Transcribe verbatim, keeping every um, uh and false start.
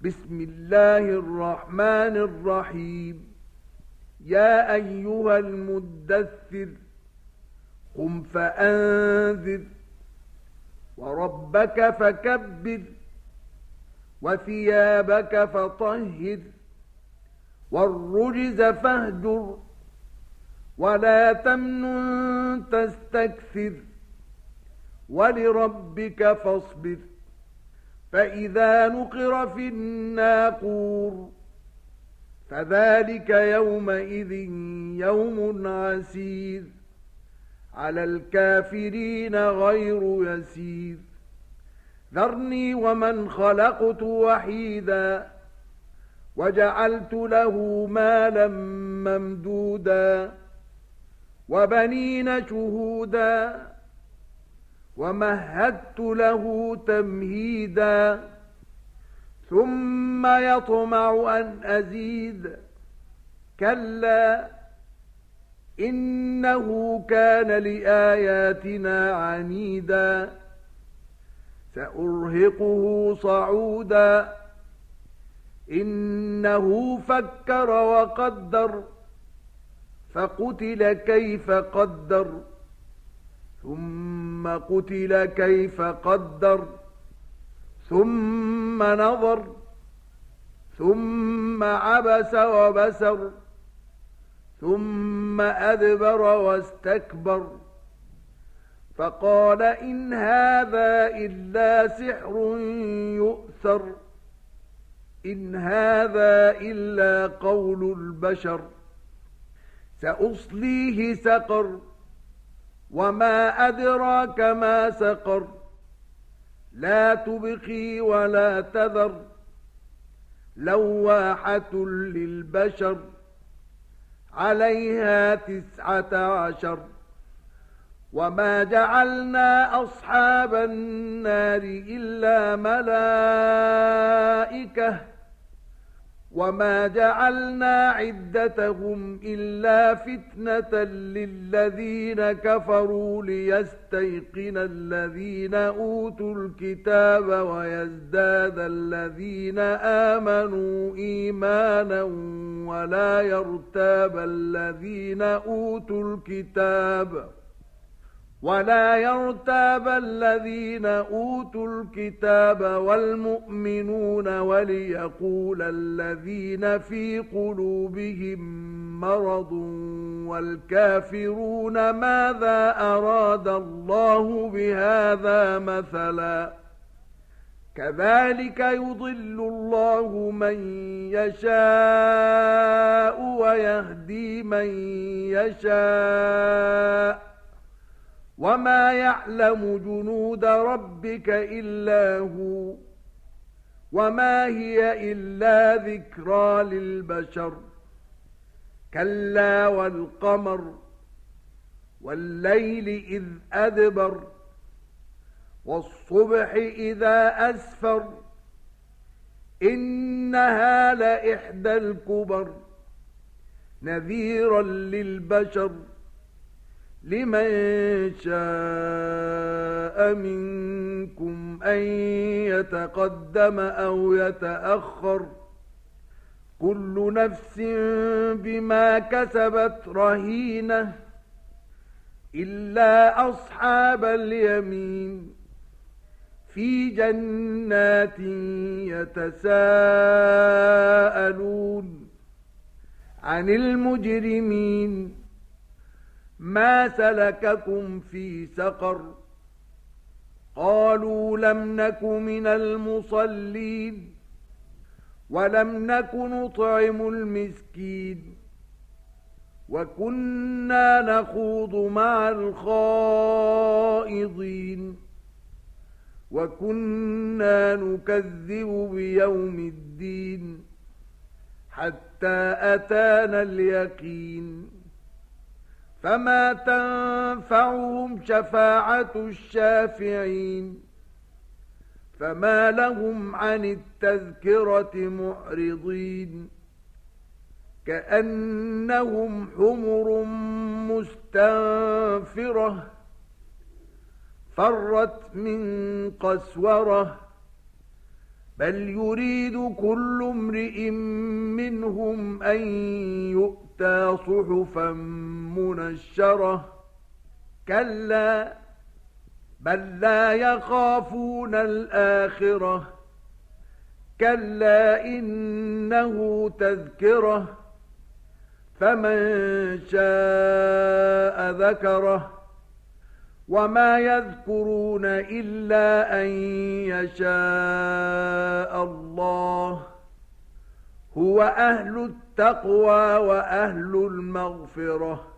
بسم الله الرحمن الرحيم. يا أيها المدثر قم فأنذر وربك فكبر وثيابك فطهر والرجز فاهجر ولا تمنن تستكثر ولربك فاصبر. فإذا نقر في الناقور فذلك يومئذ يوم عسير على الكافرين غير يسير. ذرني ومن خلقت وحيدا وجعلت له مالا ممدودا وبنين شهودا ومهدت له تمهيدا ثم يطمع أن أزيد كلا إنه كان لآياتنا عنيدا سأرهقه صعودا إنه فكر وقدر فقتل كيف قدر ثم قتل كيف قدر ثم نظر ثم عبس وبسر ثم أدبر واستكبر فقال إن هذا إلا سحر يؤثر إن هذا إلا قول البشر سأصليه سقر وما أدراك ما سقر لا تبقي ولا تذر لواحة للبشر عليها تسعة عشر. وما جعلنا أصحاب النار إلا ملائكة وما جعلنا عدتهم إلا فتنة للذين كفروا ليستيقن الذين أوتوا الكتاب ويزداد الذين آمنوا إيمانا ولا يرتاب الذين أوتوا الكتاب ولا يرتاب الذين أوتوا الكتاب والمؤمنون وليقول الذين في قلوبهم مرض والكافرون ماذا أراد الله بهذا مثلا كذلك يضل الله من يشاء ويهدي من يشاء وما يعلم جنود ربك إلا هو وما هي إلا ذكرى للبشر. كلا والقمر والليل إذ أدبر والصبح إذا أسفر إنها لإحدى الكبر نذيرا للبشر لمن شاء منكم أن يتقدم أو يتأخر كل نفس بما كسبت رهينة إلا أصحاب اليمين في جنات يتساءلون عن المجرمين ما سلككم في سقر قالوا لم نك من المصلين ولم نك نطعم المسكين وكنا نخوض مع الخائضين وكنا نكذب بيوم الدين حتى أتانا اليقين فما تنفعهم شفاعة الشافعين فما لهم عن التذكرة معرضين كأنهم حمر مستنفرة فرت من قسورة بل يريد كل امرئ منهم أن يؤتى صحفا منشرة كلا بل لا يخافون الآخرة كلا إنه تذكرة فمن شاء ذكره وما يذكرون إلا أن يشاء الله هو أهل التقوى وأهل المغفرة